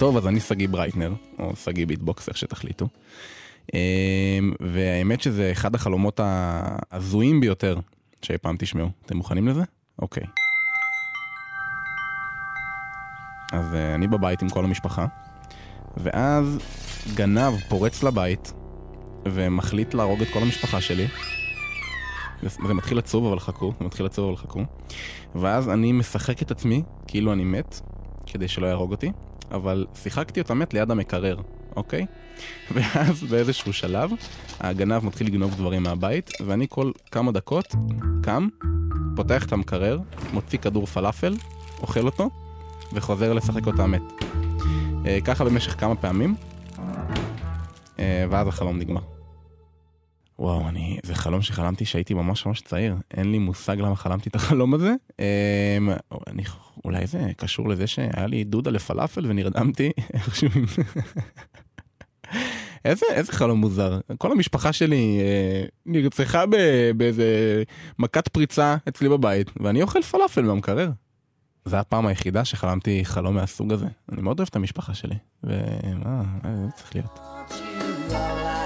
טוב, אז אני סגי ברייטנר, או סגי ביטבוקס, איך שתחליטו. והאמת שזה אחד החלומות הזויים ביותר שאי פעם תשמעו. אתם מוכנים לזה? אוקיי. אז אני בבית עם כל המשפחה, ואז גנב פורץ לבית, ומחליט להרוג את כל המשפחה שלי. זה מתחיל לצוב, אבל חכו. ואז אני משחק את עצמי, כאילו אני מת, כדי שלא יהרוג אותי, אבל שיחקתי אותה מת ליד המקרר, אוקיי? ואז באיזשהו שלב, הגנב מתחיל לגנוב דברים מהבית, ואני כל כמה דקות קם, פותח את המקרר, מוציא כדור פלאפל, אוכל אותו, וחוזר לשחק אותה מת. ככה במשך כמה פעמים, ואז החלום נגמר. וואו, זה חלום שחלמתי שהייתי ממש צעיר. אין לי מושג למה חלמתי את החלום הזה. אולי זה קשור לזה שהיה לי דודה לפלאפל ונרדמתי איכשהו. איזה חלום מוזר. כל המשפחה שלי נרצחה באיזה מכת פריצה אצלי בבית, ואני אוכל פלאפל מהמקרר. זו הפעם היחידה שחלמתי חלום מהסוג הזה. אני מאוד אוהב את המשפחה שלי. זה צריך להיות.